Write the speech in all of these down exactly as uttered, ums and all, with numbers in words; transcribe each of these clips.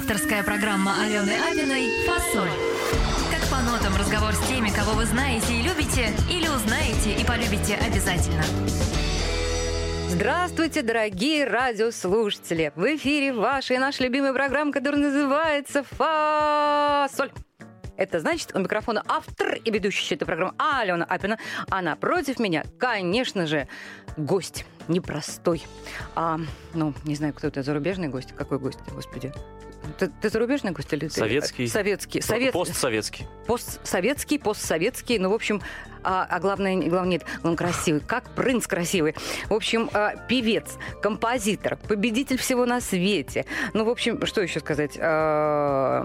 Авторская программа Алены Апиной «Фасоль». Как по нотам разговор с теми, кого вы знаете и любите, или узнаете и полюбите обязательно. Здравствуйте, дорогие радиослушатели! В эфире ваша и наша любимая программа, которая называется «Фасоль». Это значит, у микрофона автор и ведущая этой программы Алена Апина. А напротив меня, конечно же, гость. Непростой. А, ну, не знаю, кто это, зарубежный гость? Какой гость, господи? Ты, ты зарубежный гость или ты? Советский. Советский. Совет... Постсоветский. Постсоветский, постсоветский. Ну, в общем, а, а главное, главное, нет, он красивый, как принц красивый. В общем, а, певец, композитор, победитель всего на свете. Ну, в общем, что еще сказать? А...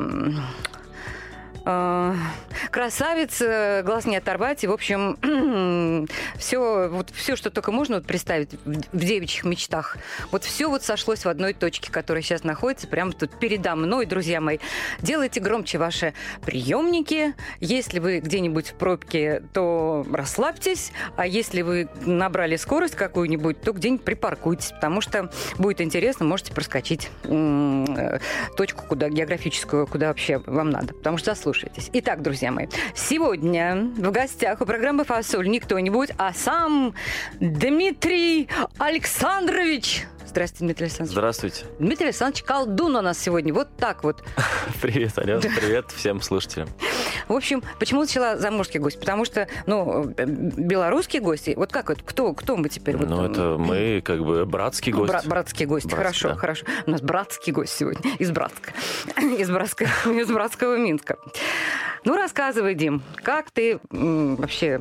Красавец, глаз не оторвать. И, в общем, все, вот, все, что только можно вот представить в девичьих мечтах. Вот все вот сошлось в одной точке, которая сейчас находится прямо тут передо мной, друзья мои. Делайте громче ваши приемники. Если вы где-нибудь в пробке, то расслабьтесь. А если вы набрали скорость какую-нибудь, то где-нибудь припаркуйтесь, потому что будет интересно, можете проскочить м- точку куда, географическую, куда вообще вам надо. Потому что заслуживаете. Итак, друзья мои, сегодня в гостях у программы «Фасоль» не кто-нибудь, а сам Дмитрий Александрович. Здравствуйте, Дмитрий Александрович. Здравствуйте. Дмитрий Александрович колдун у нас сегодня. Вот так вот. Привет, Алена. Привет всем слушателям. В общем, почему начала заморский гость? Потому что, ну, белорусские гости, вот как это, кто, кто мы теперь? Ну, вот, это мы, как бы, братский гость. Бра- братский гость, братский, хорошо, да. Хорошо. У нас братский гость сегодня, из Братска, из Братска, из братского Минска. Ну, рассказывай, Дим, как ты м, вообще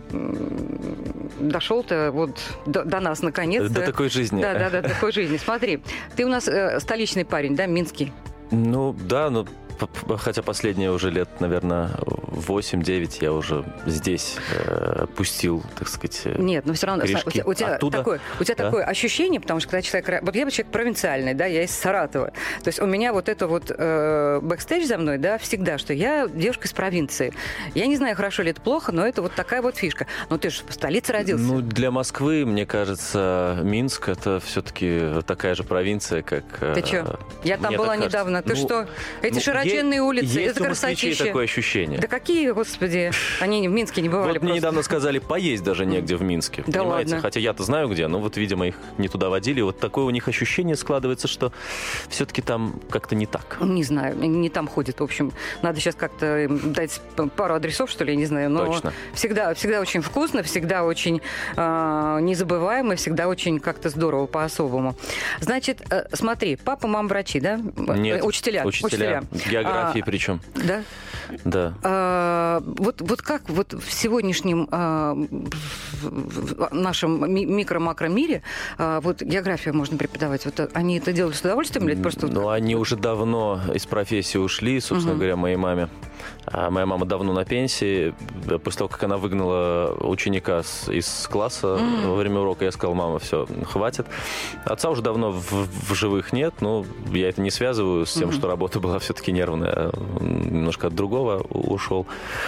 м, дошел-то вот до, до нас, наконец-то? До такой жизни. Да, да, да, до такой жизни. Смотри, ты у нас э, столичный парень, да, минский? Ну, да, ну, хотя последние уже лет, наверное, восемь-девять я уже здесь э, пустил, так сказать, Нет, но все равно корешки. у тебя, Оттуда, такое, у тебя да? такое ощущение, потому что когда человек... Вот я человек провинциальный, да, я из Саратова. То есть у меня вот это вот э, бэкстейдж за мной, да, всегда, что я девушка из провинции. Я не знаю, хорошо ли это плохо, но это вот такая вот фишка. Но ты же в столице родился. Ну, для Москвы, мне кажется, Минск — это все-таки такая же провинция, как... Ты что? Я там была кажется. недавно. Ты ну, что? Эти ну, широченные е- улицы, есть это у москвичей красотища. такое ощущение. Да какие, господи, они в Минске не бывали. Вот мне недавно сказали, поесть даже негде в Минске. Да понимаете? ладно. Хотя я-то знаю где, но вот, видимо, их не туда водили. Вот такое у них ощущение складывается, что все-таки там как-то не так. Не знаю, не там ходит. В общем, надо сейчас как-то им дать пару адресов, что ли, я не знаю. Но Точно. Всегда, всегда очень вкусно, всегда очень э, незабываемо, всегда очень как-то здорово по-особому. Значит, э, смотри, папа, мама врачи, да? Нет, учителя. Учителя. Географии а, причем. Да? Да. А, вот, вот как вот в сегодняшнем а, в нашем ми- микро-макро мире а, вот географию можно преподавать? Вот они это делают с удовольствием или это просто... Ну, они уже давно из профессии ушли, собственно угу. говоря, моей маме. А моя мама давно на пенсии. После того, как она выгнала ученика с, из класса mm. во время урока, я сказал: мама, все, хватит. Отца уже давно в, в живых нет, но я это не связываю с тем, mm-hmm. что работа была все-таки нервная. Немножко от другого ушел.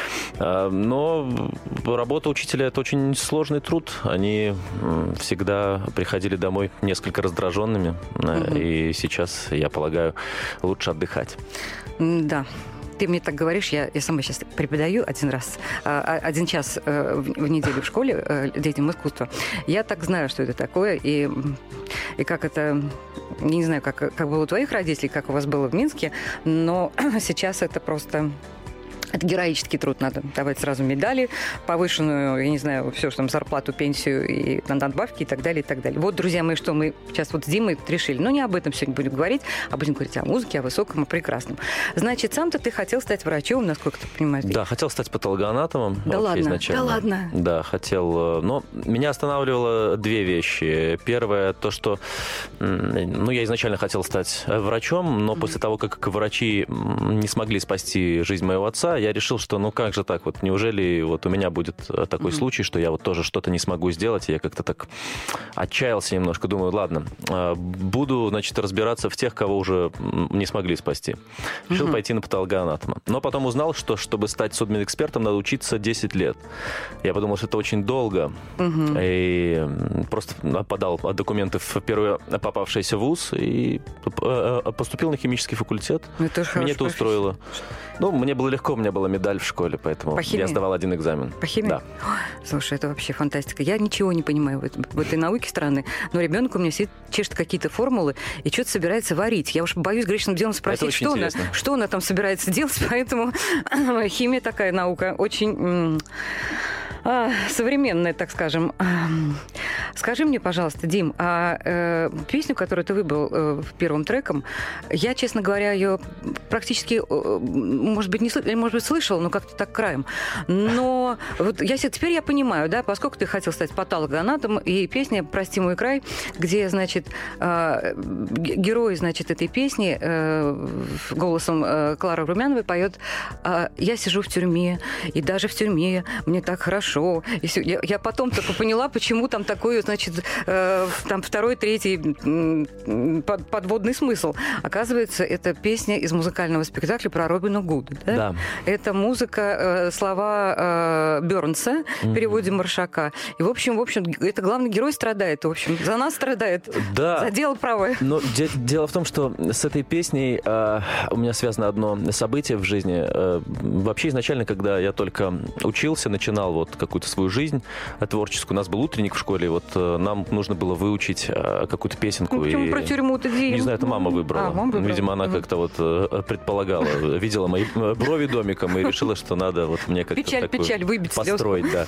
Но работа учителя — это очень сложный труд. Они всегда приходили домой несколько раздраженными. Mm-hmm. И сейчас, я полагаю, лучше отдыхать. Да. Ты мне так говоришь, я, я сама сейчас преподаю один раз, один час в неделю в школе детям искусства. Я так знаю, что это такое, и, и как это... Я не знаю, как, как было у твоих родителей, как у вас было в Минске, но сейчас это просто... Это героический труд, надо давать сразу медали, повышенную, я не знаю, все, что там, зарплату, пенсию и надбавки и так далее, и так далее. Вот, друзья мои, что мы сейчас вот с Димой решили. Но не об этом сегодня будем говорить, а будем говорить о музыке, о высоком, о прекрасном. Значит, сам-то ты хотел стать врачом, насколько ты понимаешь? Да, хотел стать патологоанатомом. Да ладно, изначально. да ладно. Да, хотел. Но меня останавливало две вещи. Первое, то, что ну, я изначально хотел стать врачом, но mm-hmm. после того, как врачи не смогли спасти жизнь моего отца, я решил, что ну как же так, вот неужели вот у меня будет такой mm-hmm. случай, что я вот тоже что-то не смогу сделать, и я как-то так отчаялся немножко, думаю, ладно, буду, значит, разбираться в тех, кого уже не смогли спасти. Решил mm-hmm. пойти на патологоанатома. Но потом узнал, что чтобы стать судмедэкспертом, надо учиться десять лет. Я подумал, что это очень долго, mm-hmm. и просто подал документы в первый попавшийся вуз и поступил на химический факультет. Это Меня это устроило. Ну, мне было легко, у меня была медаль в школе, поэтому я сдавал один экзамен. По химии? Да. Ой, слушай, это вообще фантастика. Я ничего не понимаю в, в этой науке странной, но ребенок у меня сидит, чешет какие-то формулы и что-то собирается варить. Я уж боюсь грешным делом спросить, что она, что она там собирается делать, поэтому химия такая наука очень... А, современная, так скажем. Скажи мне, пожалуйста, Дим, а э, песню, которую ты выбрал э, первым треком, я, честно говоря, ее практически, э, может быть, не слышала, может быть, слышала, но как-то так краем. Но вот я теперь я понимаю, да, поскольку ты хотел стать патологоанатомом, и песня «Прости мой край», где, значит, э, герой, значит, этой песни э, голосом э, Клары Румяновой поет э, «Я сижу в тюрьме, и даже в тюрьме мне так хорошо». И все. Я, я потом только поняла, почему там такой, значит, э, там второй, третий э, под, подводный смысл. Оказывается, это песня из музыкального спектакля про Робина Гуда. Да? Да. Это музыка, э, слова э, Бёрнса в переводе Маршака. И, в общем, в общем, это главный герой страдает. В общем, за нас страдает. Да. За дело правое. Но де- дело в том, что с этой песней э, у меня связано одно событие в жизни. Э, вообще, изначально, когда я только учился, начинал вот какую-то свою жизнь творческую. У нас был утренник в школе, вот э, нам нужно было выучить э, какую-то песенку. Ну, почему и... про тюрьму-то, Дим? Не знаю, это мама выбрала. А, мама выбрала. Видимо, она угу. как-то вот э, предполагала, видела мои брови домиком и решила, что надо вот мне как-то печаль, такую печаль, выбить построить. Да.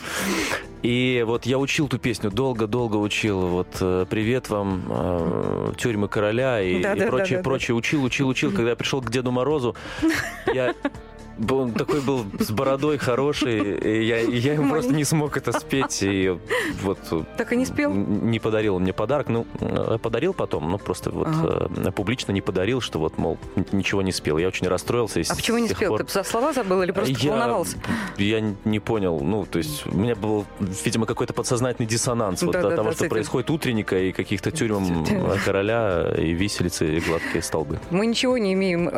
И вот я учил ту песню, долго-долго учил. Вот «Привет вам, э, тюрьмы короля» и, да, и да, прочее, да, да, прочее. Учил, учил, учил. Когда я пришел к Деду Морозу, я... Он такой был с бородой хороший, и я, и я ему просто не смог это спеть. И вот так и не спел? Не подарил он мне подарок. Ну, подарил потом, но просто вот ага. публично не подарил, что вот, мол, ничего не спел. Я очень расстроился. А почему не спел? Пор... Ты слова забыл или просто я, волновался? Я не понял. Ну, то есть у меня был, видимо, какой-то подсознательный диссонанс вот, да, от да, того, да, что происходит утренника и каких-то тюрьм короля, и виселицы, и гладкие столбы. Мы ничего не имеем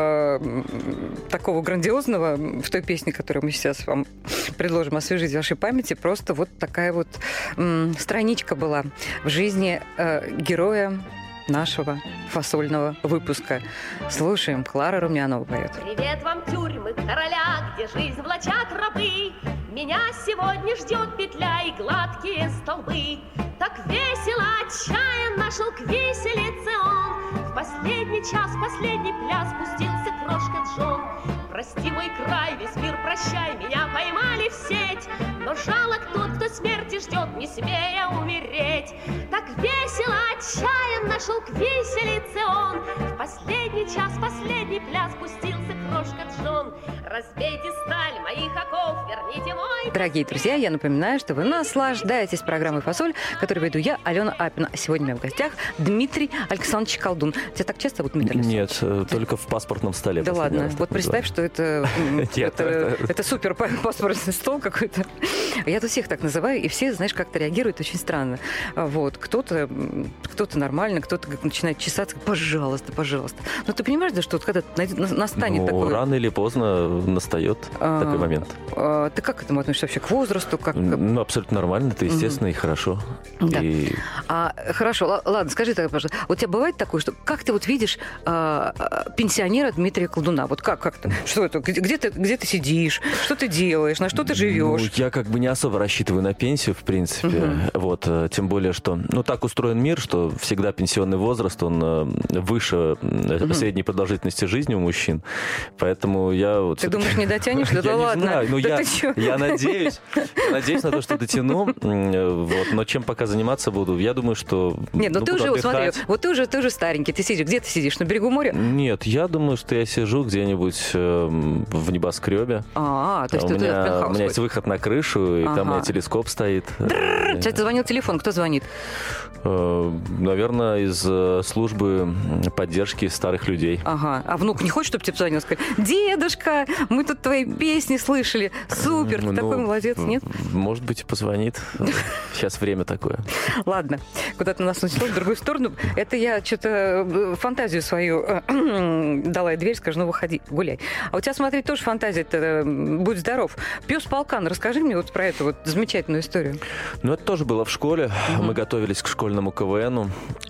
э, такого грандиозного в той песне, которую мы сейчас вам предложим освежить в вашей памяти. Просто вот такая вот м, страничка была в жизни э, героя нашего фасольного выпуска. Слушаем, Клара Румянова поет. Привет вам, тюрьмы короля, где жизнь влачат рабы. Меня сегодня ждет петля и гладкие столбы. Так весело, отчаянно шел к виселице он. В последний час, в последний пляс спустился крошка Джон. Прости мой край, весь мир прощай, меня поймали в сеть. Но жалок тот, кто смерти ждет, не смея умереть. Так весело, отчаянно шел к виселице он. В последний час, в последний пляс спустился крошка Джон. Разбейте сталь моих оков, верните мой... Дорогие друзья, я напоминаю, что вы наслаждаетесь программой «Фасоль», которую веду я, Алена Апина. Сегодня у меня в гостях Дмитрий Александрович Колдун. Тебя так часто зовут Дмитрий Александрович? Нет, только в паспортном столе. Да ладно, вот представь, что это, это, это супер паспортный стол какой-то. Я тут всех так называю, и все, знаешь, как-то реагируют очень странно. Вот. Кто-то, кто-то нормально, кто-то начинает чесаться. Пожалуйста, пожалуйста. Но ты понимаешь, да, что вот когда настанет ну, такой... рано или поздно настает а, такой момент. А, ты как к этому относишься вообще? К возрасту? Как... Ну, абсолютно нормально, это естественно mm-hmm. и хорошо. Да. И... А, хорошо, ладно, скажи тогда, пожалуйста, у тебя бывает такое, что как ты вот видишь а, пенсионера Дмитрия Колдуна? Вот как, как-то? Что это? Где ты, где ты сидишь? Что ты делаешь? На что ты живешь? Ну, я как бы не особо рассчитываю на пенсию, в принципе. Uh-huh. Вот, тем более, что... Ну, так устроен мир, что всегда пенсионный возраст, он выше uh-huh. средней продолжительности жизни у мужчин. Поэтому я... Вот, ты думаешь, не дотянешь? Да, да ладно. Знаю, но да я, я надеюсь. Надеюсь на то, что дотяну. Вот, но чем пока заниматься буду? Я думаю, что... Нет, ну, ну ты уже, вот смотри, вот ты уже, ты уже старенький. Ты сидишь, где ты сидишь? На берегу моря? Нет, я думаю, что я сижу где-нибудь э, в небоскребе. А, то есть у ты меня, туда в пентхаус у меня есть выход на крышу. крышу, и ага. там у меня телескоп стоит. Сейчас звонил телефон. Кто звонит? Наверное, из службы поддержки старых людей. Ага. А внук не хочет, чтобы тебе позвонил? Сказать: дедушка, мы тут твои песни слышали. Супер, ты ну, такой молодец, нет? Может быть, и позвонит. Сейчас время такое. Ладно, куда-то нас унесло в другую сторону. Это я что-то фантазию свою дала и дверь, скажу: ну выходи, гуляй. А у тебя, смотри, тоже фантазия-то, будь здоров. Пёс Полкан, расскажи мне вот про эту вот замечательную историю. Ну, это тоже было в школе. Uh-huh. Мы готовились к школьному КВНу,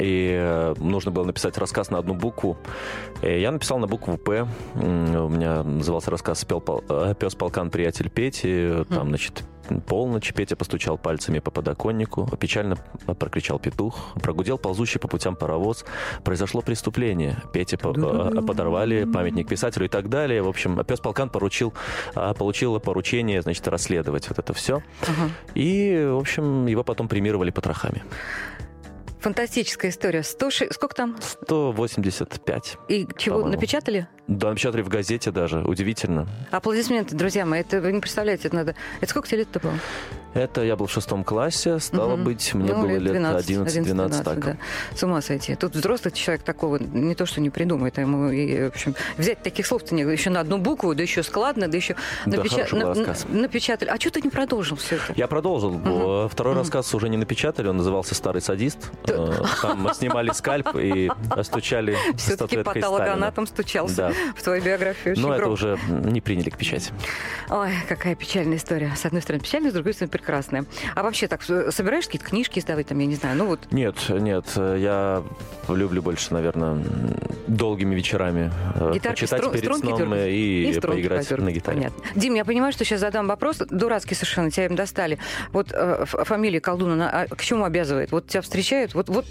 и нужно было написать рассказ на одну букву. И я написал на букву «П». У меня назывался рассказ «Пёс Полкан, приятель Пети». Там, значит, полночь, Петя постучал пальцами по подоконнику, печально прокричал петух, прогудел ползущий по путям паровоз, произошло преступление, Пете подорвали памятник писателю и так далее. В общем, пес Полкан поручил, получил поручение, значит, расследовать вот это все. Ага. И, в общем, его потом премировали потрохами. Фантастическая история. сто, сколько там? сто восемьдесят пять. И чего, по-моему. Напечатали? Да, напечатали в газете даже. Удивительно. Аплодисменты, друзья мои. Это вы не представляете, это надо... Это сколько тебе лет-то было? Это я был в шестом классе. Стало угу. быть, мне ну, было лет одиннадцать-двенадцать. Так. Да. С ума сойти. Тут взрослый человек такого не то, что не придумает. А ему, и, в общем, взять таких слов-то не... Еще на одну букву, да еще складно, да еще да, напеча... на... напечатали. А что ты не продолжил все это? Я продолжил. Угу. Второй угу. рассказ уже не напечатали. Он назывался «Старый садист». Там мы снимали скальп и стучали все-таки патологоанатом стучался да. в твою биографию. Но это уже не приняли к печати. Ой, какая печальная история. С одной стороны печальная, с другой стороны прекрасная. А вообще так, собираешь какие-то книжки издавать, там, я не знаю, ну вот... Нет, нет, я люблю больше, наверное, долгими вечерами Гитарки, почитать струн, перед сном и, и поиграть на гитаре. Понятно. Дим, я понимаю, что сейчас задам вопрос, дурацкий совершенно, тебя им достали. Вот э, фамилия колдуна, а к чему обязывает? Вот тебя встречают, вот... вот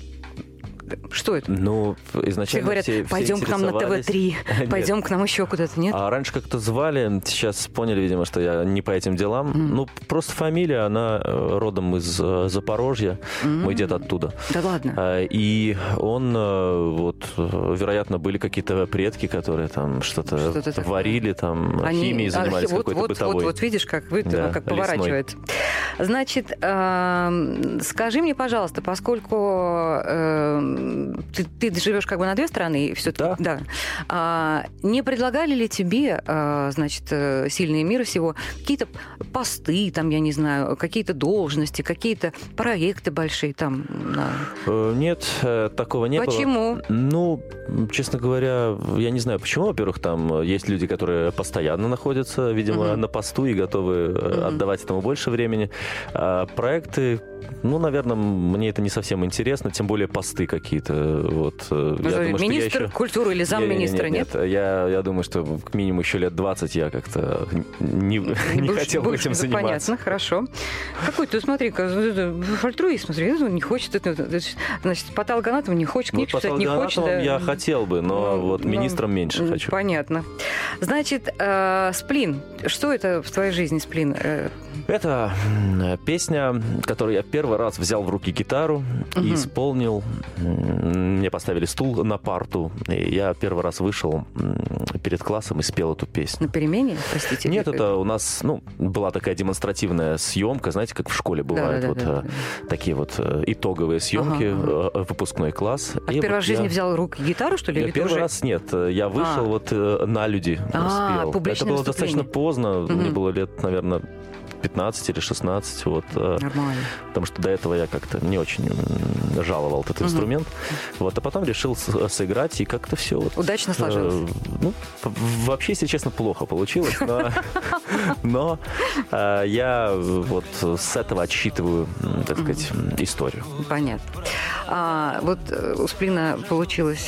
что это? Ну, изначально все говорят, все, пойдем все к нам на тэ вэ три, пойдем к нам еще куда-то, нет? А раньше как-то звали, сейчас поняли, видимо, что я не по этим делам. Mm. Ну, просто фамилия, она родом из Запорожья, mm. мой дед оттуда. Да ладно? И он, вот, вероятно, были какие-то предки, которые там что-то, что-то варили, там, Они... химией занимались, а, какой-то вот, бытовой. Вот, вот, видишь, как, вы, да, как поворачивается. Значит, э, скажи мне, пожалуйста, поскольку... Э, Ты, ты живешь как бы на две страны, и все-таки, да. да. А, не предлагали ли тебе, а, значит, сильные мира сего, какие-то посты, там, я не знаю, какие-то должности, какие-то проекты большие там? На... Нет, такого не почему? было. Почему? Ну, честно говоря, я не знаю, почему. Во-первых, там есть люди, которые постоянно находятся, видимо, uh-huh. на посту и готовы uh-huh. отдавать этому больше времени. А проекты, ну, наверное, мне это не совсем интересно, тем более посты какие-то. Вот. Я думаю, министр еще... культуры или замминистра, нет? Нет, нет? Я, я думаю, что к минимуму еще лет двадцать я как-то не, не, не будешь, хотел бы этим заниматься. Понятно, хорошо. Какой ты, смотри-ка, альтруист, смотри, он не хочет, значит, патологоанатом не хочет, книжку читать не хочет. Да. Я хотел бы, но ну, вот министром ну, меньше хочу. Понятно. Значит, э, сплин. Что это в твоей жизни, сплин? Это песня, которую я первый раз взял в руки гитару угу. и исполнил. Мне поставили стул на парту, и я первый раз вышел перед классом и спел эту песню. На перемене, простите? Нет, это у нас, ну, была такая демонстративная съемка, знаете, как в школе бывают, да, да, вот да, да, да. такие вот итоговые съемки, ага, ага. выпускной класс. А и первый раз в жизни я... взял в руки гитару, что ли? Я первый уже... раз нет, я вышел а. вот на люди, а, спел. Это было достаточно поздно, угу. мне было лет, наверное, пятнадцать или шестнадцать, вот. Нормально. Потому что до этого я как-то не очень жаловал этот uh-huh. инструмент. Вот, а потом решил сыграть, и как-то все вот... Удачно сложилось? Э, ну, вообще, если честно, плохо получилось, но, но э, я вот с этого отсчитываю, так сказать, uh-huh. историю. Понятно. А, вот у Сплина получилось...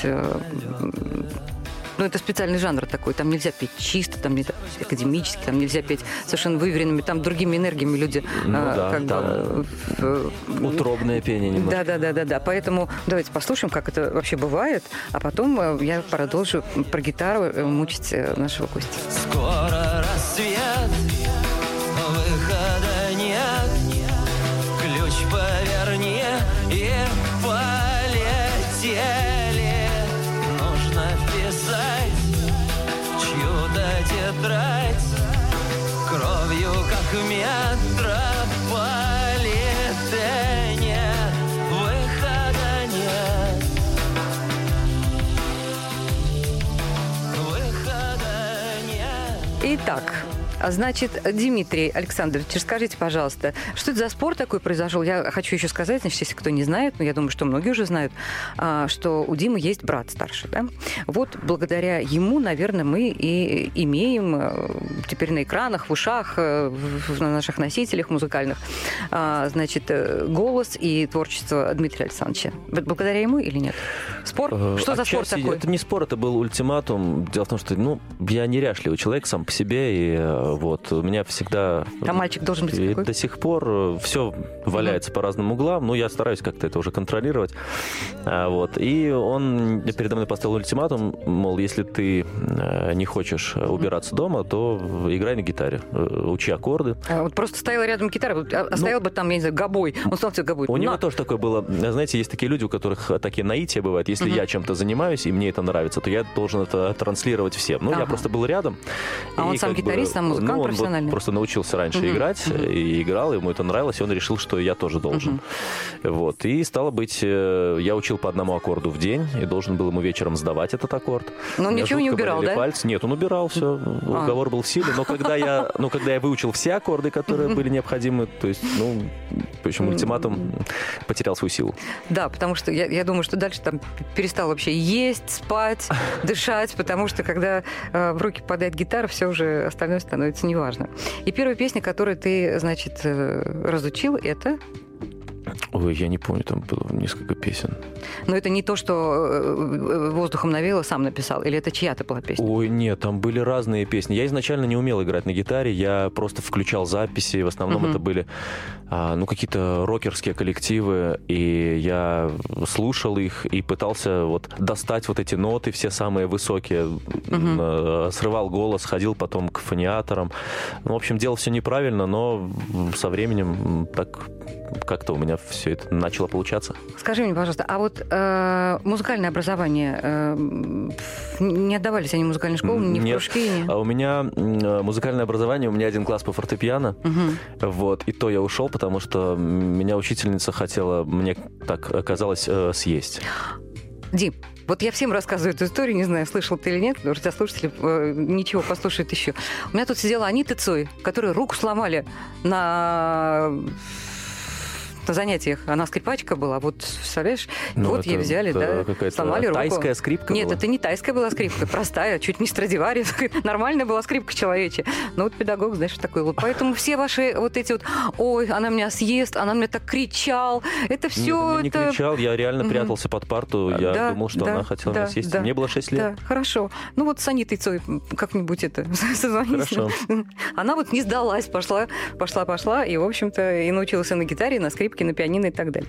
Ну, это специальный жанр такой. Там нельзя петь чисто, там нельзя академически, там нельзя петь совершенно выверенными, там другими энергиями люди... Ну а, да, как да. бы, в, утробное пение немножко. Да-да-да-да. Поэтому давайте послушаем, как это вообще бывает, а потом я продолжу про гитару мучить нашего гостя. Скоро рассвет, выхода нет, ключ поверни и полетели. Тетрадь кровью, как метра. Итак, значит, Дмитрий Александрович, расскажите, пожалуйста, что это за спор такой произошел? Я хочу еще сказать, значит, если кто не знает, но я думаю, что многие уже знают, что у Димы есть брат старший, да? Вот благодаря ему, наверное, мы и имеем теперь на экранах, в ушах, на наших носителях музыкальных, значит, голос и творчество Дмитрия Александровича. Благодаря ему или нет? Спор? Что за спор такой? Это не спор, это был ультиматум. Дело в том, что, ну, я неряшливый человек сам по себе, и вот у меня всегда... А мальчик должен быть и какой? До сих пор все валяется mm-hmm. по разным углам, но я стараюсь как-то это уже контролировать. А, вот. И он передо мной поставил ультиматум, мол, если ты не хочешь убираться mm-hmm. дома, то играй на гитаре, учи аккорды. А вот просто стояла рядом гитара, а стоял ну, бы там, я не знаю, гобой, он стал тебе гобой. У на. него тоже такое было, знаете, есть такие люди, у которых такие наития бывают, если mm-hmm. я чем-то занимаюсь, и мне это нравится, то я должен это транслировать всем. Ну, ага. я просто был рядом. А он сам гитарист, сам музыкант ну, он профессиональный? Вот просто научился раньше uh-huh. играть, uh-huh. и играл, ему это нравилось, и он решил, что я тоже должен. Uh-huh. Вот. И стало быть, я учил по одному аккорду в день, и должен был ему вечером сдавать этот аккорд. Но он ничего не убирал, да? Пальцы. Нет, он убирал все, uh-huh. уговор был в силе, но когда я, ну, когда я выучил все аккорды, которые uh-huh. были необходимы, то есть, ну, в общем, ультиматум потерял свою силу. Да, потому что я, я думаю, что дальше там перестал вообще есть, спать, дышать, потому что когда э, в руки попадает гитара, все уже остальное становится неважно. И первая песня, которую ты, значит, э, разучил, это... Ой, я не помню, там было несколько песен. Но это не то, что воздухом навеяло, сам написал? Или это чья-то была песня? Ой, нет, там были разные песни. Я изначально не умел играть на гитаре, я просто включал записи. В основном uh-huh. это были ну, какие-то рокерские коллективы, и я слушал их и пытался вот достать вот эти ноты, все самые высокие. Uh-huh. Срывал голос, ходил потом к фониаторам. Ну, в общем, делал все неправильно, но со временем так как-то у меня все это начало получаться. Скажи мне, пожалуйста, а вот э, музыкальное образование, э, не отдавались они в музыкальной школе, ни в кружки? Нет, а у меня музыкальное образование, у меня один класс по фортепиано, угу. вот, и то я ушел, потому что меня учительница хотела, мне так оказалось, э, съесть. Дим, вот я всем рассказываю эту историю, не знаю, слышал ты или нет, потому что слушатели э, ничего послушают еще. У меня тут сидела Анита Цой, которая руку сломали на... на занятиях. Она скрипачка была, вот, представляешь? Ну, вот ей взяли, да, сломали руку. Тайская скрипка Нет, была? это не тайская была скрипка, простая, чуть не Страдивари, нормальная была скрипка человечья. Но вот педагог, знаешь, такой вот. Поэтому все ваши вот эти вот, ой, она меня съест, она мне так кричал, это все... Нет, я не кричал, я реально mm-hmm. прятался под парту, я да, думал, что да, она хотела да, меня съесть. Да, мне было шесть лет. Да, хорошо. Ну вот с Анитой Цой как-нибудь это созвонись. Хорошо. Она вот не сдалась, пошла, пошла, пошла, и, в общем-то, и научилась на гитаре, на скрипке, на пианино и так далее.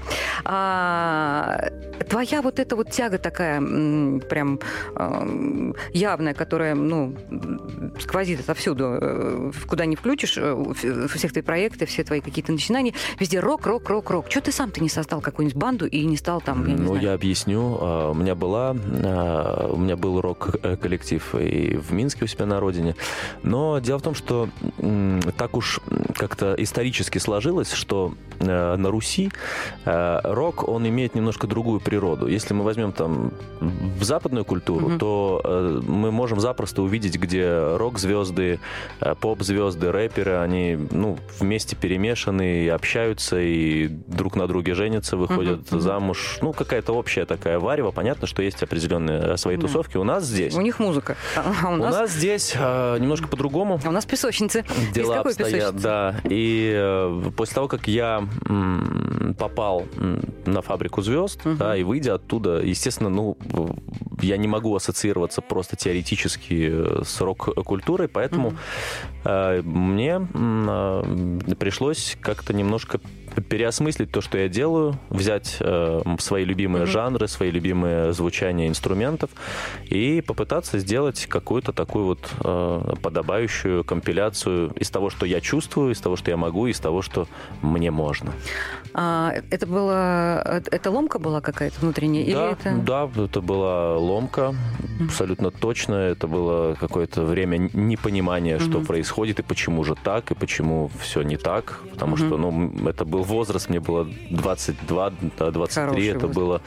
А, твоя вот эта вот тяга такая прям явная, которая, ну, сквозит отовсюду, куда не включишь, всех твои проекты, все твои какие-то начинания, везде рок, рок, рок, рок. Чего ты сам-то не создал какую-нибудь банду и не стал там, я не Ну, знаю? я объясню. У меня была, у меня был рок-коллектив и в Минске у себя на родине. Но дело в том, что так уж как-то исторически сложилось, что на Руси рок, он имеет немножко другую природу. Если мы возьмем там в западную культуру, mm-hmm. то мы можем запросто увидеть, где рок-звезды, поп-звезды, рэперы, они, ну, вместе перемешаны и общаются, и друг на друге женятся, выходят mm-hmm. замуж. Ну, какая-то общая такая варево. Понятно, что есть определенные свои mm-hmm. тусовки. У нас здесь... У них музыка. А у, у нас... нас здесь а, немножко по-другому. А у нас песочницы. Дела обстоят, да. И а, после того, как я м, попал на фабрику звезд, uh-huh. да, и выйдя оттуда, естественно, ну, я не могу ассоциироваться просто теоретически с рок-культурой, поэтому uh-huh. э, мне э, пришлось как-то немножко переосмыслить то, что я делаю, взять э, свои любимые uh-huh. жанры, свои любимые звучания инструментов и попытаться сделать какую-то такую вот э, подобающую компиляцию из того, что я чувствую, из того, что я могу, из того, что мне можно. А, это была... Это ломка была какая-то внутренняя? Да, или это... да, это была ломка, абсолютно точно. Это было какое-то время непонимания, что mm-hmm. происходит, и почему же так, и почему все не так. Потому mm-hmm. что, ну, это был возраст, мне было двадцать два двадцать три, это было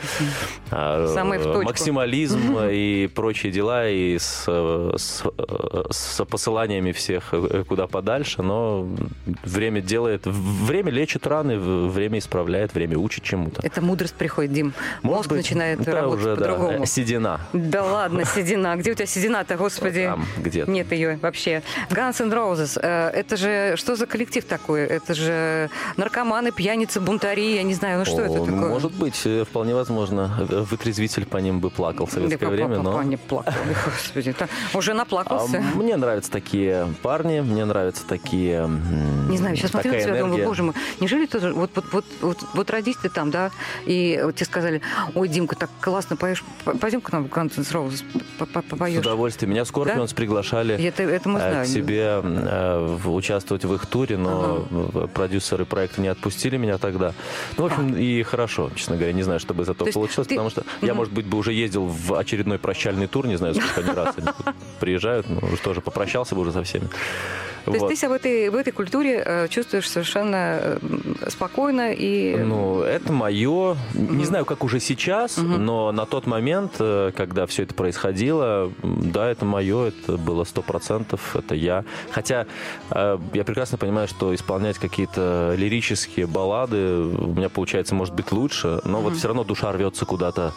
а, максимализм mm-hmm. и прочие дела, и с, с, с посыланиями всех куда подальше, но время делает, время лечит раны, время исправляет, время учит чему-то. Это мудрость приходит, Дим. Мозг быть, начинает работать уже, по-другому. Да, седина. Да ладно, седина. Где у тебя седина-то, господи? Там, где-то. Нет ее вообще. Guns N' Roses. Это же, что за коллектив такой? Это же наркоманы, пьяницы, бунтари, я не знаю, ну что О, это такое? Может быть, вполне возможно. Вытрезвитель по ним бы плакал в советское да, время, но... не плакал, господи. Уже наплакался. А мне нравятся такие парни, мне нравятся такие... Не знаю, сейчас смотрю на тебя, думаю, боже мой, неужели тоже... Вот, вот, вот, вот, вот родись ты там, да, и вот тебе сказали, ой, Димка, так классно поешь, пойдем к нам в Guns N' Roses, попоешь. С удовольствием. Меня Скорпионс да? приглашали это, это мы знаем. К себе э, участвовать в их туре, но ага. продюсеры проекта не отпустили меня тогда. Ну, в общем, а. и хорошо, честно говоря, не знаю, что бы из этого получилось, ты... потому что угу. я, может быть, бы уже ездил в очередной прощальный тур, не знаю, сколько они раз они приезжают, но уже тоже попрощался бы уже со всеми. То вот. есть ты себя в этой, в этой культуре э, чувствуешь совершенно э, спокойно и... Ну, это мое. Mm-hmm. Не знаю, как уже сейчас, mm-hmm. но на тот момент, э, когда все это происходило, да, это мое, это было сто процентов, это я. Хотя э, я прекрасно понимаю, что исполнять какие-то лирические баллады у меня получается, может быть, лучше, но mm-hmm. вот все равно душа рвется куда-то...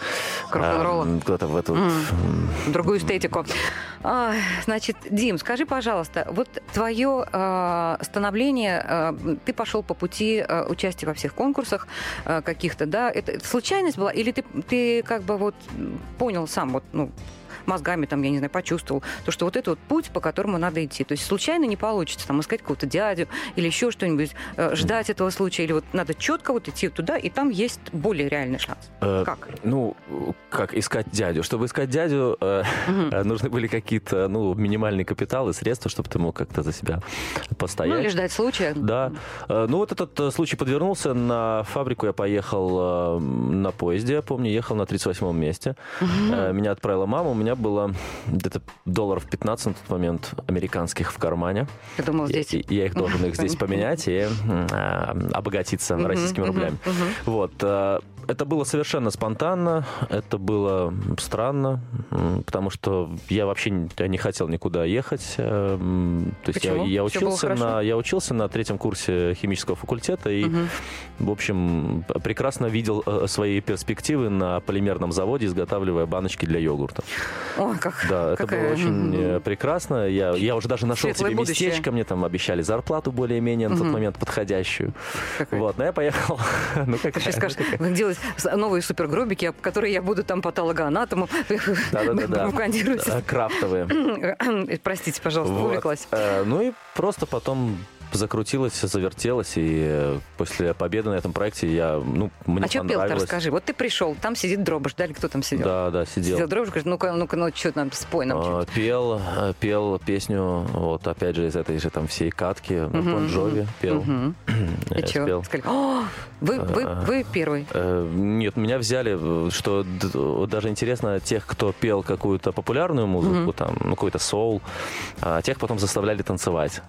Э, куда-то в эту... Mm-hmm. Другую эстетику. А, значит, Дим, скажи, пожалуйста, вот твоя Твое э, становление, э, ты пошел по пути э, участия во всех конкурсах э, каких-то, да? Это, это случайность была? Или ты, ты как бы вот понял сам, вот, ну, мозгами, там, я не знаю, почувствовал, то, что вот это вот путь, по которому надо идти. То есть случайно не получится, там, искать какого-то дядю или еще что-нибудь, э, ждать этого случая, или вот надо четко вот идти туда, и там есть более реальный шанс. Э, как? Ну, как искать дядю? Чтобы искать дядю, э, угу. нужны были какие-то, ну, минимальные капиталы, средства, чтобы ты мог как-то за себя постоять. Ну, или ждать случая. Да. Э, ну, вот этот случай подвернулся. На фабрику я поехал э, на поезде, я помню, ехал на тридцать восьмом месте. Угу. Э, меня отправила мама, у меня было где-то долларов пятнадцать на тот момент американских в кармане. Я думал, здесь. Я, я их должен их здесь поменять и э, обогатиться uh-huh, российскими uh-huh, рублями. Uh-huh. Вот. Э, это было совершенно спонтанно, это было странно, потому что я вообще не хотел никуда ехать. То есть Почему? я, я, учился на, я учился на третьем курсе химического факультета и, угу. в общем, прекрасно видел свои перспективы на полимерном заводе, изготавливая баночки для йогурта. О, как, да, это какая... было очень прекрасно. Я, я уже даже нашел Светлое себе будущее. местечко, мне там обещали зарплату более-менее на угу. тот момент подходящую. Какая? Вот, но я поехал. ну, Ты сейчас скажешь, делать новые супергробики, которые я буду там патологоанатому пропагандировать. Крафтовые. Простите, пожалуйста, вот. увлеклась. Ну и просто потом закрутилась, завертелась, и после победы на этом проекте я, ну, мне а что пел-то, расскажи. Вот ты пришел, там сидит Дробыш, да, или кто там сидел? Да, да, сидел. Сидел Дробыш, говорит, ну-ка, ну-ка, ну что нам, спой нам а, пел, пел песню, вот, опять же, из этой же там всей катки, uh-huh, Бон Джови пел. Uh-huh. И что? Сказали, о, вы, вы, вы первый. Нет, меня взяли, что даже интересно, тех, кто пел какую-то популярную музыку, uh-huh. там, ну, какой-то соул, а тех потом заставляли танцевать.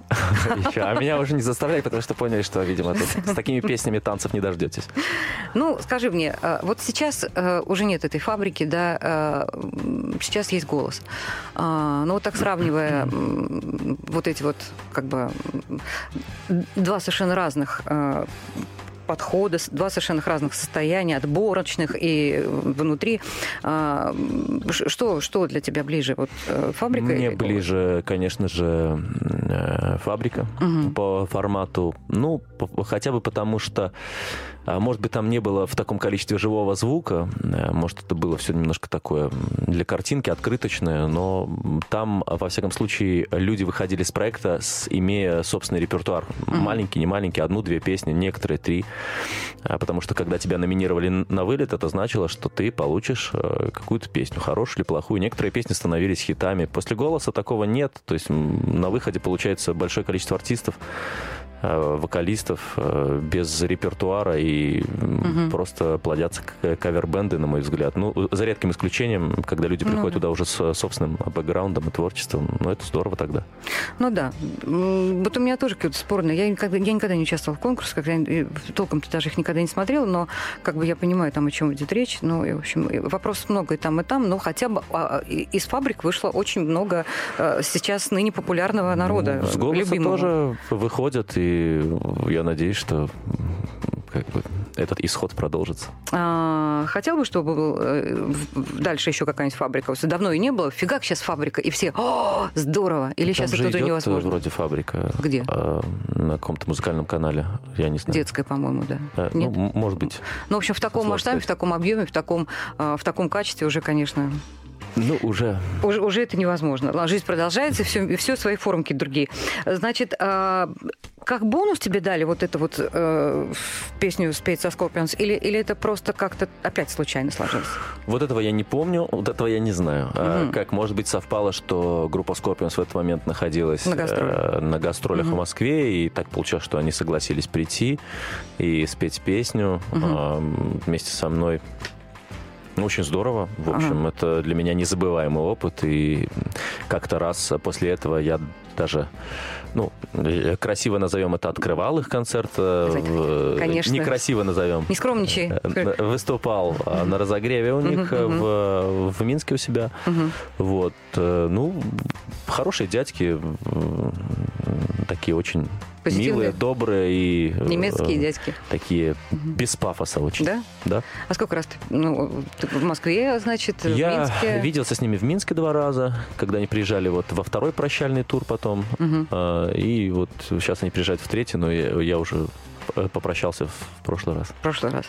А меня уже не заставляли, потому что поняли, что, видимо, тут с такими песнями танцев не дождетесь. Ну, скажи мне, вот сейчас уже нет этой фабрики, да, сейчас есть «Голос». Ну, вот так сравнивая вот эти вот, как бы, два совершенно разных подхода, два совершенно разных состояния, отборочных и внутри. Что, что для тебя ближе? Вот фабрика? Мне ближе, конечно же, фабрика угу. по формату. Ну, хотя бы потому, что, может быть, там не было в таком количестве живого звука. Может, это было все немножко такое для картинки, открыточное, но там, во всяком случае, люди выходили с проекта, с, имея собственный репертуар. Угу. Маленький, не маленький, одну-две песни, некоторые три. Потому что, когда тебя номинировали на вылет, это значило, что ты получишь какую-то песню, хорошую или плохую. Некоторые песни становились хитами. После «Голоса» такого нет. То есть на выходе получается большое количество артистов, вокалистов без репертуара и угу. просто плодятся кавер-бенды, на мой взгляд. Ну, за редким исключением, когда люди приходят ну, туда уже с собственным бэкграундом и творчеством. Ну, это здорово тогда. Ну да. Вот у меня тоже какое-то спорное. Я никогда, я никогда не участвовала в конкурсах, когда я, толком-то даже их никогда не смотрела, но как бы я понимаю, там, о чем идет речь. Ну, и, в общем, вопросов много и там, и там, но хотя бы из фабрик вышло очень много сейчас ныне популярного народа. Ну, с «Голоса» тоже выходят, и я надеюсь, что как бы этот исход продолжится. А, хотел бы, чтобы был дальше еще какая-нибудь фабрика. Давно и не было. Фигак сейчас фабрика, и все «О, здорово!» Или там сейчас это уже невозможно? Вроде фабрика. Где? А, на каком-то музыкальном канале. Я не знаю. Детская, по-моему, да. А, Нет? Ну, может быть. Ну, в общем, в таком масштабе, в таком объеме, в таком, в таком качестве уже, конечно... Ну, уже... уже... Уже это невозможно. Жизнь продолжается, и все, и все свои формки другие. Значит, как бонус тебе дали вот эту вот э, песню спеть со Scorpions? Или, или это просто как-то опять случайно сложилось? Вот этого я не помню, вот этого я не знаю. Угу. А, как, может быть, совпало, что группа Scorpions в этот момент находилась на, гастроль. э, на гастролях угу. в Москве, и так получилось, что они согласились прийти и спеть песню угу. э, вместе со мной. Очень здорово. В общем, ага. это для меня незабываемый опыт. И как-то раз после этого я даже, ну, красиво назовем это, открывал их концерт. Конечно. Некрасиво назовем. Не скромничай. Выступал на разогреве у них uh-huh, uh-huh. В, в Минске у себя. Uh-huh. Вот. Ну, хорошие дядьки. Такие очень милые, добрые и... Немецкие дядьки. Такие угу. без пафоса очень. Да? Да. А сколько раз ты, ну, ты в Москве, значит, Я в Минске? Я виделся с ними в Минске два раза, когда они приезжали вот во второй прощальный тур потом. Угу. А, и вот сейчас они приезжают в третий, но я, я уже попрощался в прошлый раз. В прошлый раз.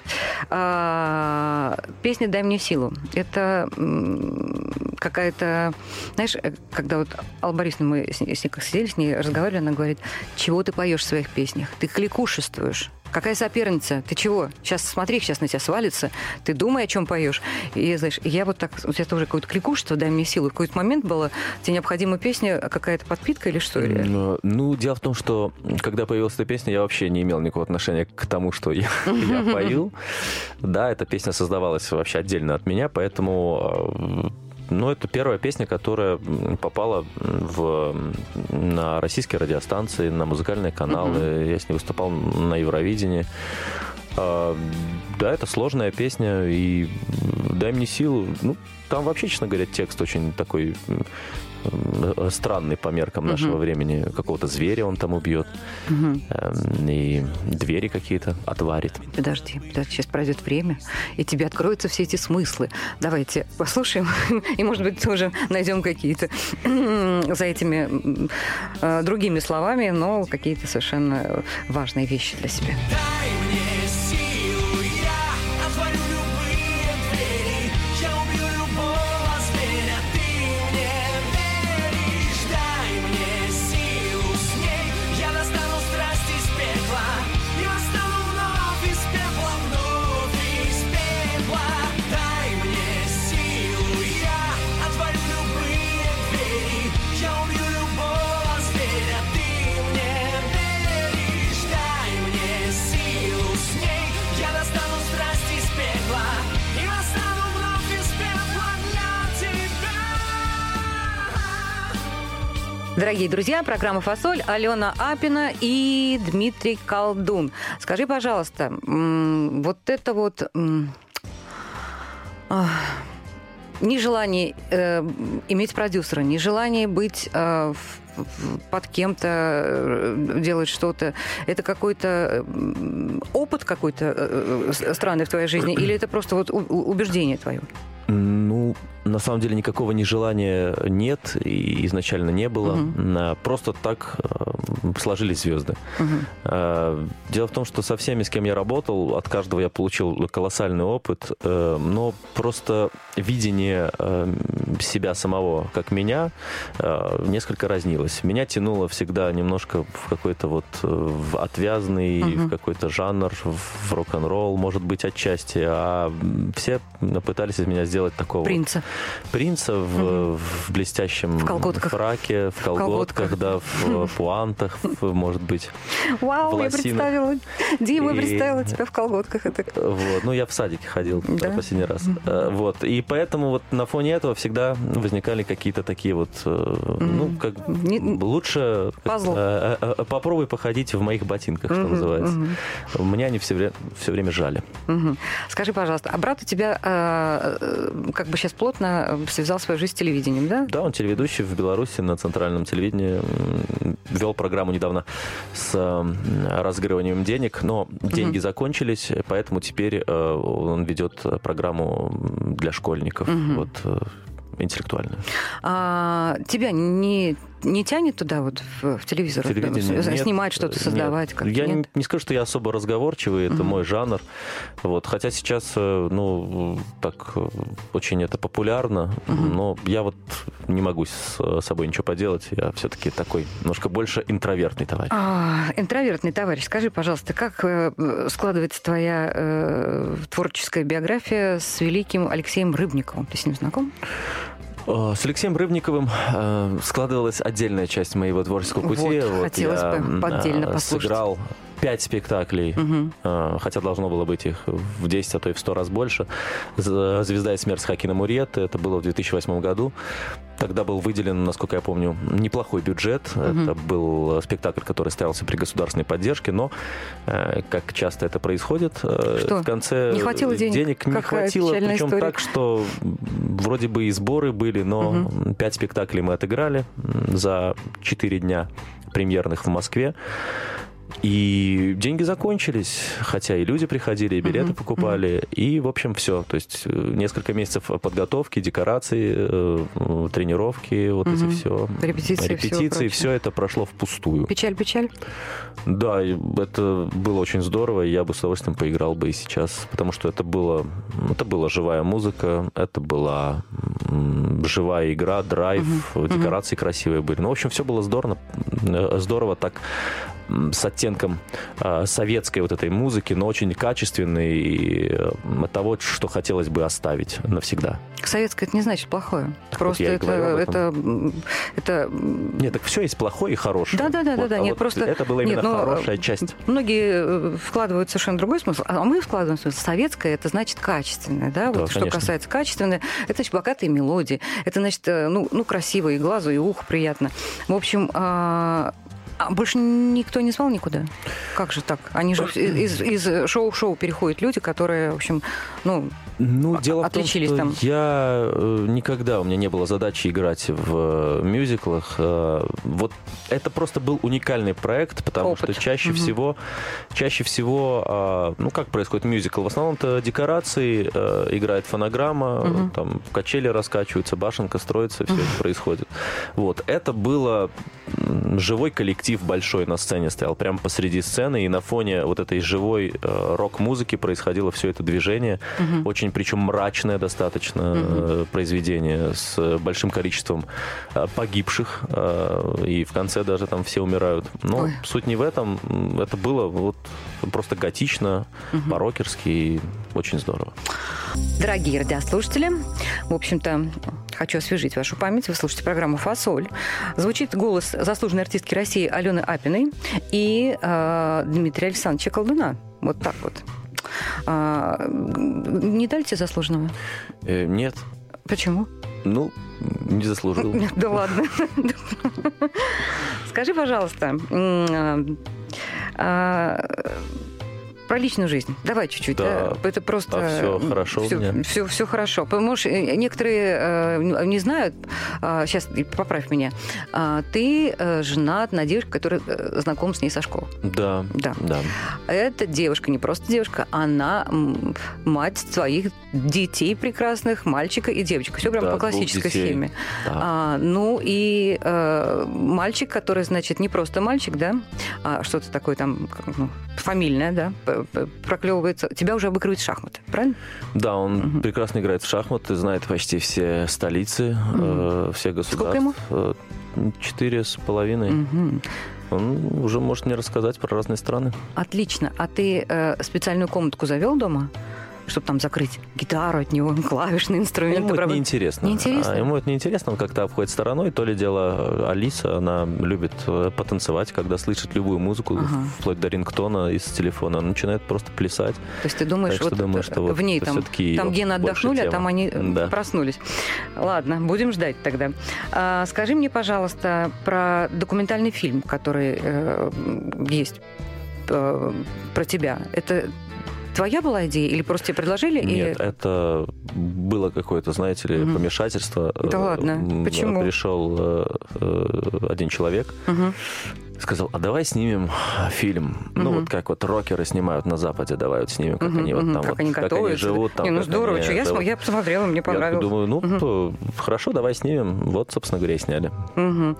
А, песня «Дай мне силу». Это какая-то... Знаешь, когда вот Алла Борисовна, мы с ней, с ней сидели, с ней разговаривали, она говорит, чего ты поешь в своих песнях? Ты кликушествуешь. Какая соперница? Ты чего? Сейчас смотри, сейчас на тебя свалится. Ты думай, о чем поешь. И, знаешь, я вот так... У тебя тоже какое-то кликушество, дай мне силу. В какой-то момент было, тебе необходима песня, какая-то подпитка или что? Или? Ну, ну, дело в том, что когда появилась эта песня, я вообще не имел никакого отношения к тому, что я, я пою. Да, эта песня создавалась вообще отдельно от меня, поэтому... Ну, это первая песня, которая попала в, на российские радиостанции, на музыкальные каналы. Uh-huh. Я с ней выступал на Евровидении. А, да, это сложная песня, и «Дай мне силу». Ну, там вообще, честно говоря, текст очень такой странный по меркам нашего uh-huh. времени. Какого-то зверя он там убьет. Uh-huh. И двери какие-то отварит. Подожди, подожди, сейчас пройдет время, и тебе откроются все эти смыслы. Давайте послушаем, и, может быть, тоже найдем какие-то за этими э, другими словами, но какие-то совершенно важные вещи для себя. Дай мне силу, я отворю любые двери, я убью любого зверя, ты мне веришь. Дай мне силу, с ней я достану страсть из пекла и восстану вновь из пепла, вновь из пепла. Дай мне силу, я отворю любые двери, я убью любого зверя, ты мне веришь. Дай мне силу, с ней я достану страсть из пекла и восстану вновь из пепла для тебя. Дорогие друзья, программа «Фасоль», Алена Апина и Дмитрий Колдун. Скажи, пожалуйста, вот это вот нежелание э, иметь продюсера, нежелание быть э, в, под кем-то, делать что-то, это какой-то опыт какой-то э, странный в твоей жизни, или это просто вот убеждение твое? Ну, на самом деле никакого нежелания нет и изначально не было. Uh-huh. Просто так сложились звезды. Uh-huh. Дело в том, что со всеми, с кем я работал, от каждого я получил колоссальный опыт, но просто видение себя самого, как меня, несколько разнилось. Меня тянуло всегда немножко в какой-то вот в отвязный, uh-huh. в какой-то жанр, в рок-н-ролл, может быть, отчасти, а все пытались из меня сделать такого. Принца. принца в, в блестящем В колготках. фраке, в колготках, колготках. да, в пуантах, в, может быть. Вау, я волосинок. представила. Дима, я И- представила тебя в колготках. Это... Вот. Ну, я в садике ходил Да? последний раз. Э, Вот. И поэтому вот на фоне этого всегда возникали какие-то такие вот, э, ну, как Не- лучше Пазл. э, э, э, попробуй походить в моих ботинках, что называется. Мне они все время, все время жали. Мгм. Скажи, пожалуйста, а брат у тебя э, э, как бы сейчас плотно связал свою жизнь с телевидением, да? Да, он телеведущий в Беларуси на центральном телевидении. М, Вел программу недавно с э, разыгрыванием денег, но деньги закончились, поэтому теперь э, он ведет программу для школьников, вот, э, интеллектуальную. А тебя не, не тянет туда, вот, в, в телевизор? Телевидение С- нет. Снимать что-то, создавать? Нет. Как-то, Я нет? не, не скажу, что я особо разговорчивый, это мой жанр. Вот. Хотя сейчас, э, ну, так э, очень это популярно, но я вот не могу с собой ничего поделать. Я все-таки такой немножко больше интровертный товарищ. А, интровертный товарищ, скажи, пожалуйста, как э, складывается твоя э, творческая биография с великим Алексеем Рыбниковым? Ты с ним знаком? Э, С Алексеем Рыбниковым э, складывалась отдельная часть моего творческого пути. Вот, хотелось я, бы отдельно э, послушать. Сыграл пять спектаклей, Мгм. э, хотя должно было быть их в десять, а то и в сто раз больше. З- «Звезда и смерть» с Хакино Мурьетте, это было в две тысячи восьмом году. Тогда был выделен, насколько я помню, неплохой бюджет. Это был спектакль, который ставился при государственной поддержке, но, э, как часто это происходит, э, Что? в конце Не хватило денег? не Какая хватило, печальная причем история. так, что м, вроде бы и сборы были, но пять спектаклей мы отыграли м, за четыре дня премьерных в Москве. И деньги закончились, хотя и люди приходили, и билеты покупали, и, в общем, все. То есть э, несколько месяцев подготовки, декорации, э, э, тренировки, вот эти все. Репетиции, всего Репетиции, прочего. все это прошло впустую. Печаль, печаль? Да, и это было очень здорово, и я бы с удовольствием поиграл бы и сейчас, потому что это было, это была живая музыка, это была м, живая игра, драйв, декорации красивые были. Ну, в общем, все было здорово, э, здорово так м, с оттенком э, советской вот этой музыки, но очень качественной и э, того, что хотелось бы оставить навсегда. Советское это не значит плохое. Просто я и это, говорю об это, м, это м, Нет, так все есть плохое и хорошее. Да, да, да, Вот, да, да. а Нет, вот просто это была именно нет, но, хорошая э, часть. Многие э, вкладывают совершенно другой смысл, а мы вкладываем смысл. Советское это значит качественное, да? Да, Вот что конечно. касается качественное, это значит богатые мелодии, это значит э, ну, ну красиво и глазу, и уху приятно. В общем, а, а больше никто не звал никуда? Как же так? Они же из, из шоу в шоу переходят люди, которые, в общем, ну, Ну, дело в том, отличились что там. я э, никогда, у меня не было задачи играть в э, мюзиклах. Э, Вот это просто был уникальный проект, потому Опыт. что чаще Мгм. всего, чаще всего, э, ну, как происходит мюзикл? В основном-то декорации, э, играет фонограмма, Мгм. там качели раскачиваются, башенка строится, все это происходит. Вот, это было м, живой коллектив большой на сцене стоял, прямо посреди сцены, и на фоне вот этой живой э, рок-музыки происходило все это движение. Очень, причем, мрачное достаточно э, произведение с большим количеством э, погибших, э, и в конце даже там все умирают. Но Ой. суть не в этом. Это было вот просто готично, по-рокерски, и очень здорово. Дорогие радиослушатели, в общем-то, хочу освежить вашу память. Вы слушаете программу «Фасоль». Звучит голос заслуженной артистки России Алены Апиной и э, Дмитрия Александровича Колдуна. Вот так вот. А, не дали тебе заслуженного? Э, нет, Почему? ну, не заслужил. Да ладно. Скажи, пожалуйста, м, а, про личную жизнь. Давай чуть-чуть. Да. да? Это просто... А всё хорошо у все, меня? Все, все хорошо. Потому что э, некоторые э, не знают, а, сейчас поправь меня, а, ты э, женат на девушке, которая э, знаком с ней со школы. Да, Да. да. Эта девушка, не просто девушка, она м, мать своих детей прекрасных, мальчика и девочка. Все прям Да, по двух классической детей. схеме. Да. А, ну и э, мальчик, который, значит, не просто мальчик, да, а что-то такое там, как, ну, фамильное, да, п- п- проклевывается. Тебя уже обыгрывают в шахматы, правильно? Да, он прекрасно играет в шахматы, знает почти все столицы, э, всех государств. Сколько ему? Э, Четыре с половиной. Мгм. Он уже может мне рассказать про разные страны. Отлично. А ты э, специальную комнатку завел дома? чтобы там закрыть гитару от него, клавишные инструменты. Ему это правда? неинтересно. Неинтересно? А ему это неинтересно, он как-то обходит стороной. То ли дело Алиса, она любит потанцевать, когда слышит любую музыку, Ага. вплоть до рингтона из телефона, она начинает просто плясать. То есть ты думаешь, Так что вот думаю, что вот в ней это там, всё-таки там её гены больше отдохнули, а тема. там они Да. проснулись. Ладно, будем ждать тогда. А, скажи мне, пожалуйста, про документальный фильм, который э, есть э, про тебя. Это твоя была идея или просто тебе предложили? Нет, и... это было какое-то, знаете ли, Мгм. помешательство. Да ладно? М, Почему? Пришел э, э, один человек, Мгм. сказал, а давай снимем фильм. Ну, Мгм. вот как вот рокеры снимают на Западе, давай вот снимем, как Мгм, они вот мгм. там как вот, они как они готовятся. живут. Там, Не, ну как здорово, они что я, это см- вот. я посмотрела, мне Я понравилось. думаю, ну, Мгм. п- хорошо, давай снимем. Вот, собственно говоря, и сняли. Мгм.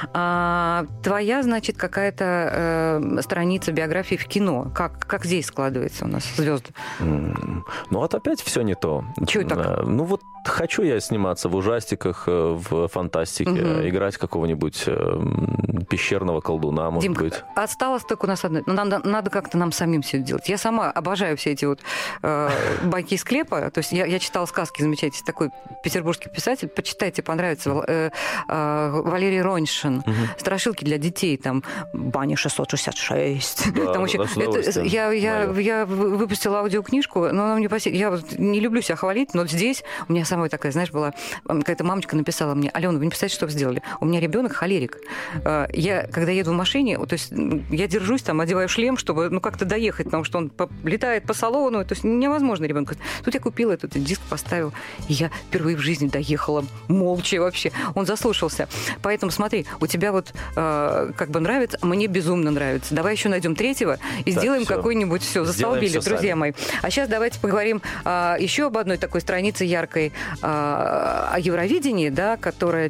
А, твоя, значит, какая-то э, страница биографии в кино. Как, как здесь складывается у нас звезды? М, Ну, вот опять все не то. Чё так? Э, Ну, вот хочу я сниматься в ужастиках, э, в фантастике, Мгм. играть какого-нибудь э, м, пещерного колдуна, может Димка, быть. осталось только у нас одно. Ну, надо, надо как-то нам самим все это делать. Я сама обожаю все эти вот э, байки из склепа. То есть я, я читала сказки замечательные. Такой петербургский писатель. Почитайте, понравится. Вал- э, э, Валерий Роньшин. Страшилки для детей. Там «Баня шестьсот шестьдесят шесть». Да, Там очень- с это- удовольствием. я, я, Моё. я вы- выпустила аудиокнижку, но она мне по сей- я вот не люблю себя хвалить, но здесь у меня самая такая, знаешь, была м, какая-то мамочка написала мне: Алена, вы не представляете, что вы сделали? У меня ребенок холерик. Э, Я, когда еду в машине, то есть м, я держусь там, одеваю шлем, чтобы ну как-то доехать, потому что он по- летает по салону, то есть невозможно ребенку. Тут я купила этот диск, поставила, и я впервые в жизни доехала молча вообще. Он заслушался. Поэтому смотри, у тебя вот э, как бы нравится, мне безумно нравится. Давай еще найдем третьего и Так, сделаем всё. какой-нибудь все, Сделаем застолбили, всё друзья сами. мои. А сейчас давайте поговорим а, еще об одной такой странице яркой, а, о Евровидении, да, которая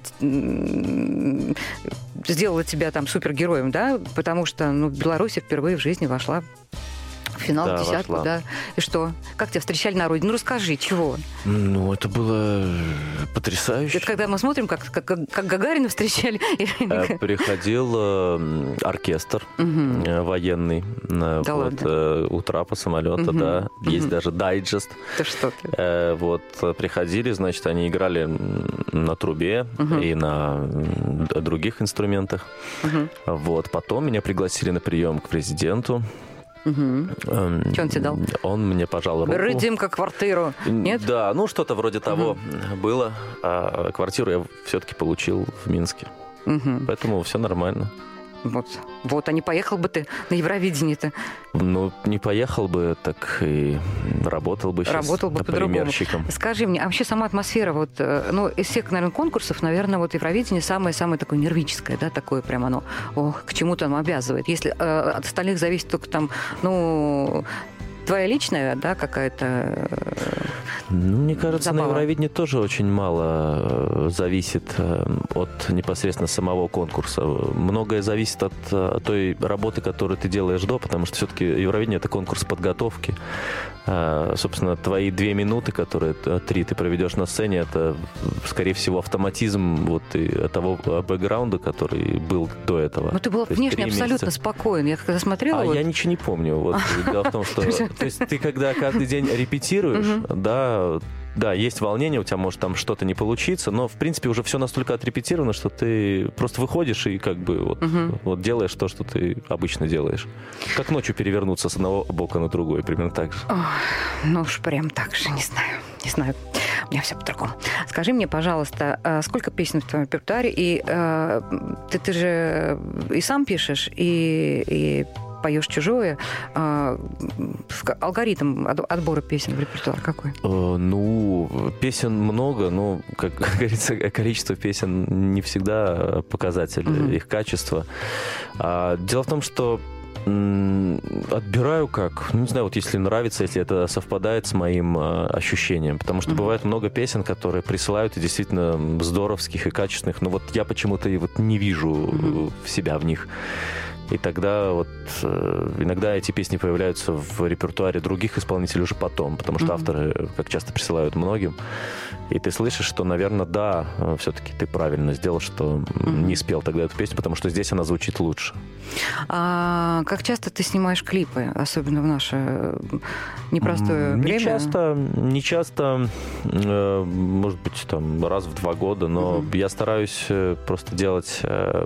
м, сделала тебя там супергероем, да, потому что ну, Беларусь впервые в жизни вошла в финал, Да, в десятку, вошла. да. И что? Как тебя встречали на родине? Ну, расскажи, чего? Ну, это было потрясающе. Это когда мы смотрим, как, как, как Гагарина встречали. Э, Приходил э, оркестр Мгм. э, военный э, Да вот, ладно? э, у трапа самолета, Мгм. да. Есть Мгм. даже дайджест. Ты что ты? Э, Вот э, приходили, значит, они играли м, на трубе Мгм. и на м, д- других инструментах. Мгм. Вот потом меня пригласили на прием к президенту. Мгм. Эм, Чё он тебе дал? Он мне пожал руку. Бери, Димка, квартиру. Нет? Да, ну что-то вроде того было. А квартиру я все-таки получил в Минске. Мгм. Поэтому все нормально. Вот. Вот, а не поехал бы ты на Евровидение-то. Ну, не поехал бы, так и работал бы сейчас Работал бы по-другому. полимерщиком. Скажи мне, а вообще сама атмосфера, вот, э, ну, из всех, наверное, конкурсов, наверное, вот Евровидение самое-самое такое нервическое, да, такое прям оно, ох, к чему-то оно обязывает. Если э, от остальных зависит только там, ну, твоя личная, да, какая-то... э, Ну, мне кажется, Забава. на Евровидении тоже очень мало э, зависит э, от непосредственно самого конкурса. Многое зависит от э, той работы, которую ты делаешь до, потому что все-таки Евровидение — это конкурс подготовки. А, собственно, твои две минуты, которые э, три ты проведешь на сцене, это, скорее всего, автоматизм вот и того бэкграунда, который был до этого. Ну, ты был То есть внешне три абсолютно месяца. спокоен. Я когда смотрела... А вот- я ничего не помню. Вот, дело в том, что то есть ты когда каждый день репетируешь, да, да, есть волнение, у тебя может там что-то не получиться, но в принципе уже все настолько отрепетировано, что ты просто выходишь и как бы вот, Мгм. вот делаешь то, что ты обычно делаешь. Как ночью перевернуться с одного бока на другой, примерно так же. Ох, ну уж прям так же, не знаю, не знаю. У меня все по-другому. Скажи мне, пожалуйста, а сколько песен в твоем репертуаре? И э, ты, ты же и сам пишешь, и, и поешь чужое. А, в- алгоритм от- отбора песен в репертуар какой? Э, Ну, песен много, но, как говорится, количество песен не всегда показатель Мгм. их качества. А, дело в том, что м, отбираю как, ну, не знаю, вот если нравится, если это совпадает с моим а, ощущением. Потому что Мгм. бывает много песен, которые присылают и действительно здоровских и качественных, но вот я почему-то и вот не вижу Мгм. э, себя в них. И тогда вот иногда эти песни появляются в репертуаре других исполнителей уже потом, потому что mm-hmm. авторы, как часто присылают многим. И ты слышишь, что, наверное, да, все-таки ты правильно сделал, что mm-hmm. не спел тогда эту песню, потому что здесь она звучит лучше. А как часто ты снимаешь клипы, особенно в наше непростое не время? Часто, не часто, может быть, там раз в два года, но mm-hmm. я стараюсь просто делать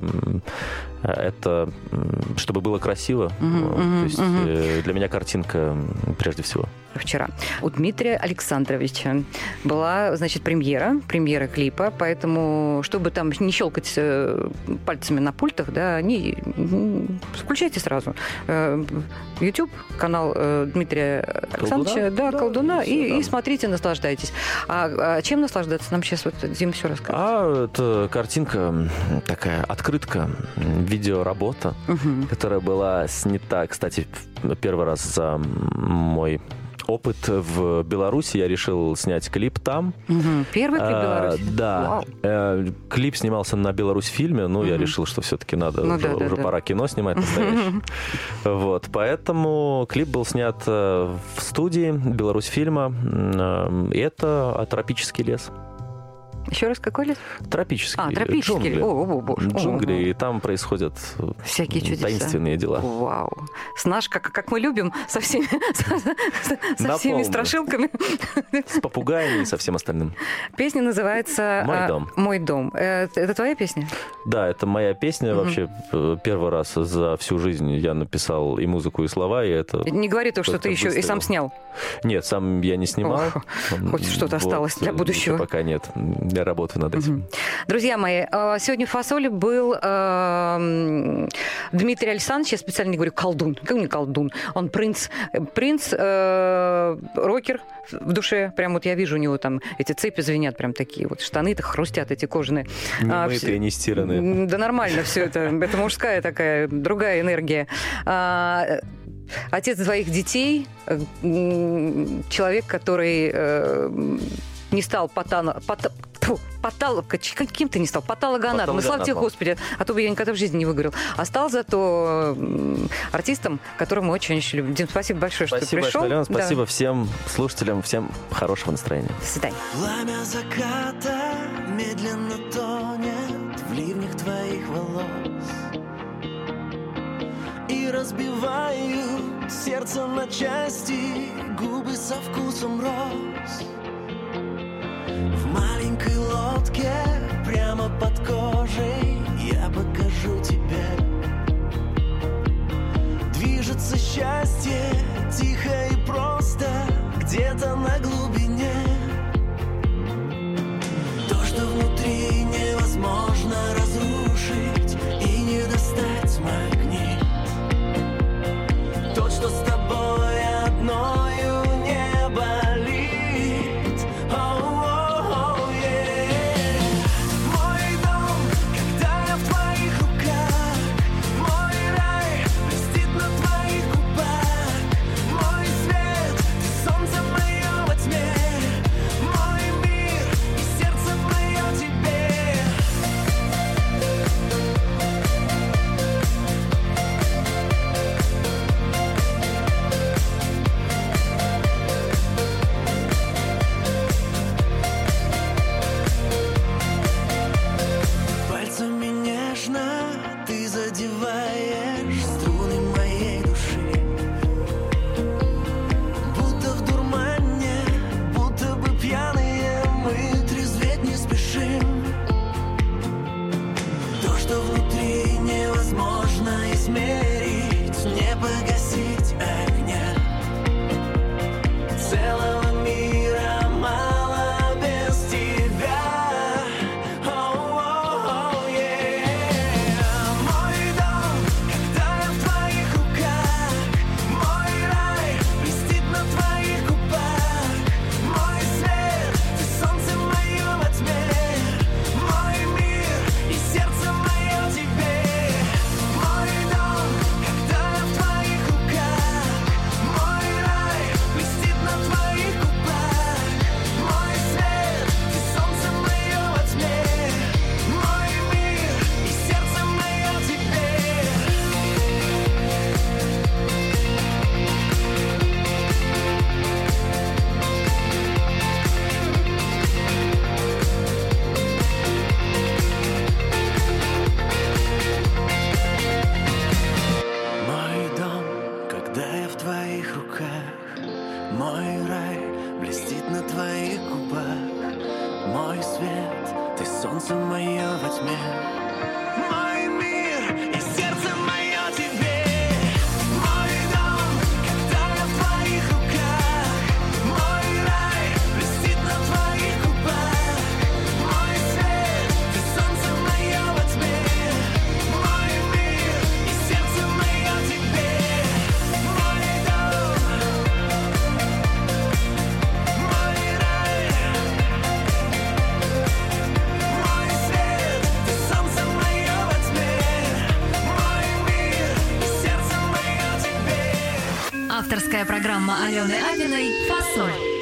это, чтобы было красиво. Mm-hmm. То есть mm-hmm. для меня картинка прежде всего. Вчера у Дмитрия Александровича была, значит, премьера, премьера клипа, поэтому, чтобы там не щелкать пальцами на пультах, да, не включайте сразу YouTube, канал Дмитрия Александровича, да, да, колдуна, и, и смотрите, наслаждайтесь. А, а чем наслаждаться? Нам сейчас вот Дим все расскажет. А это картинка, такая открытка, видеоработа, угу. которая была снята, кстати, первый раз за мой опыт в Беларуси. Я решил снять клип там. Угу. Первый клип в Беларуси? А, да. Э, клип снимался на Беларусь-фильме. Ну, угу. я решил, что все-таки надо, ну, уже, да, да, уже да. пора кино снимать настоящее. Вот. Поэтому клип был снят в студии Беларусь-фильма. И это «Тропический лес». Еще раз, какой лес? Тропический. А, тропический. Джунгли. О, о, боже. Джунгли, о, о. и там происходят всякие чудеса. Таинственные дела. Вау. С наш, как, как мы любим, со всеми, со, со всеми страшилками. С попугаями и со всем остальным. Песня называется «Мой дом». «Мой дом». Это, это твоя песня? Да, это моя песня. Mm-hmm. Вообще, первый раз за всю жизнь я написал и музыку, и слова, и это... Не говори то, что ты еще и сам снял. Нет, сам я не снимал. Ох, хоть что-то вот, осталось для будущего. Пока нет. Я работаю над этим. Друзья мои, сегодня в «Фасоле» был э, Дмитрий Александрович, я специально не говорю колдун, как не колдун, он принц, принц, э, рокер в душе, прям вот я вижу у него там эти цепи звенят, прям такие вот штаны-то хрустят эти кожаные. Не а, мытые, не стиранные. Да нормально все это, это мужская такая, другая энергия. А, отец двоих детей, человек, который э, не стал потано, пот, Потал, каким ты не стал? Патологоанатом. Ну, слава тебе, Господи, а то бы я никогда в жизни не выговорил. А стал зато артистом, которого мы очень-очень любим. Дим, спасибо большое, спасибо, что ты пришел. Алена, спасибо да. всем слушателям, всем хорошего настроения. До свидания. Пламя заката медленно тонет в ливнях твоих волос и разбивают сердце на части губы со вкусом роз. В маленькой лодке, прямо под кожей, я покажу тебе. Движется счастье, тихо и просто, где-то на глубине. То, что внутри невозможно разрушить и не достать магнит. То, что с тобой одною не болит. Солнце мое во тьме. тьме. Мой мир и сердце мое тебе. Мой дом, когда я в твоих руках. Мой рай блестит на твоих губах. Мой свет, ты солнце мое во тьме. Мой мир и сердце мое тебе. Мой дом, мой рай. Мой свет, ты солнце мое во тьме. Мой мир и сердце мое тебе. Авторская программа Алены Апиной «Фасоль».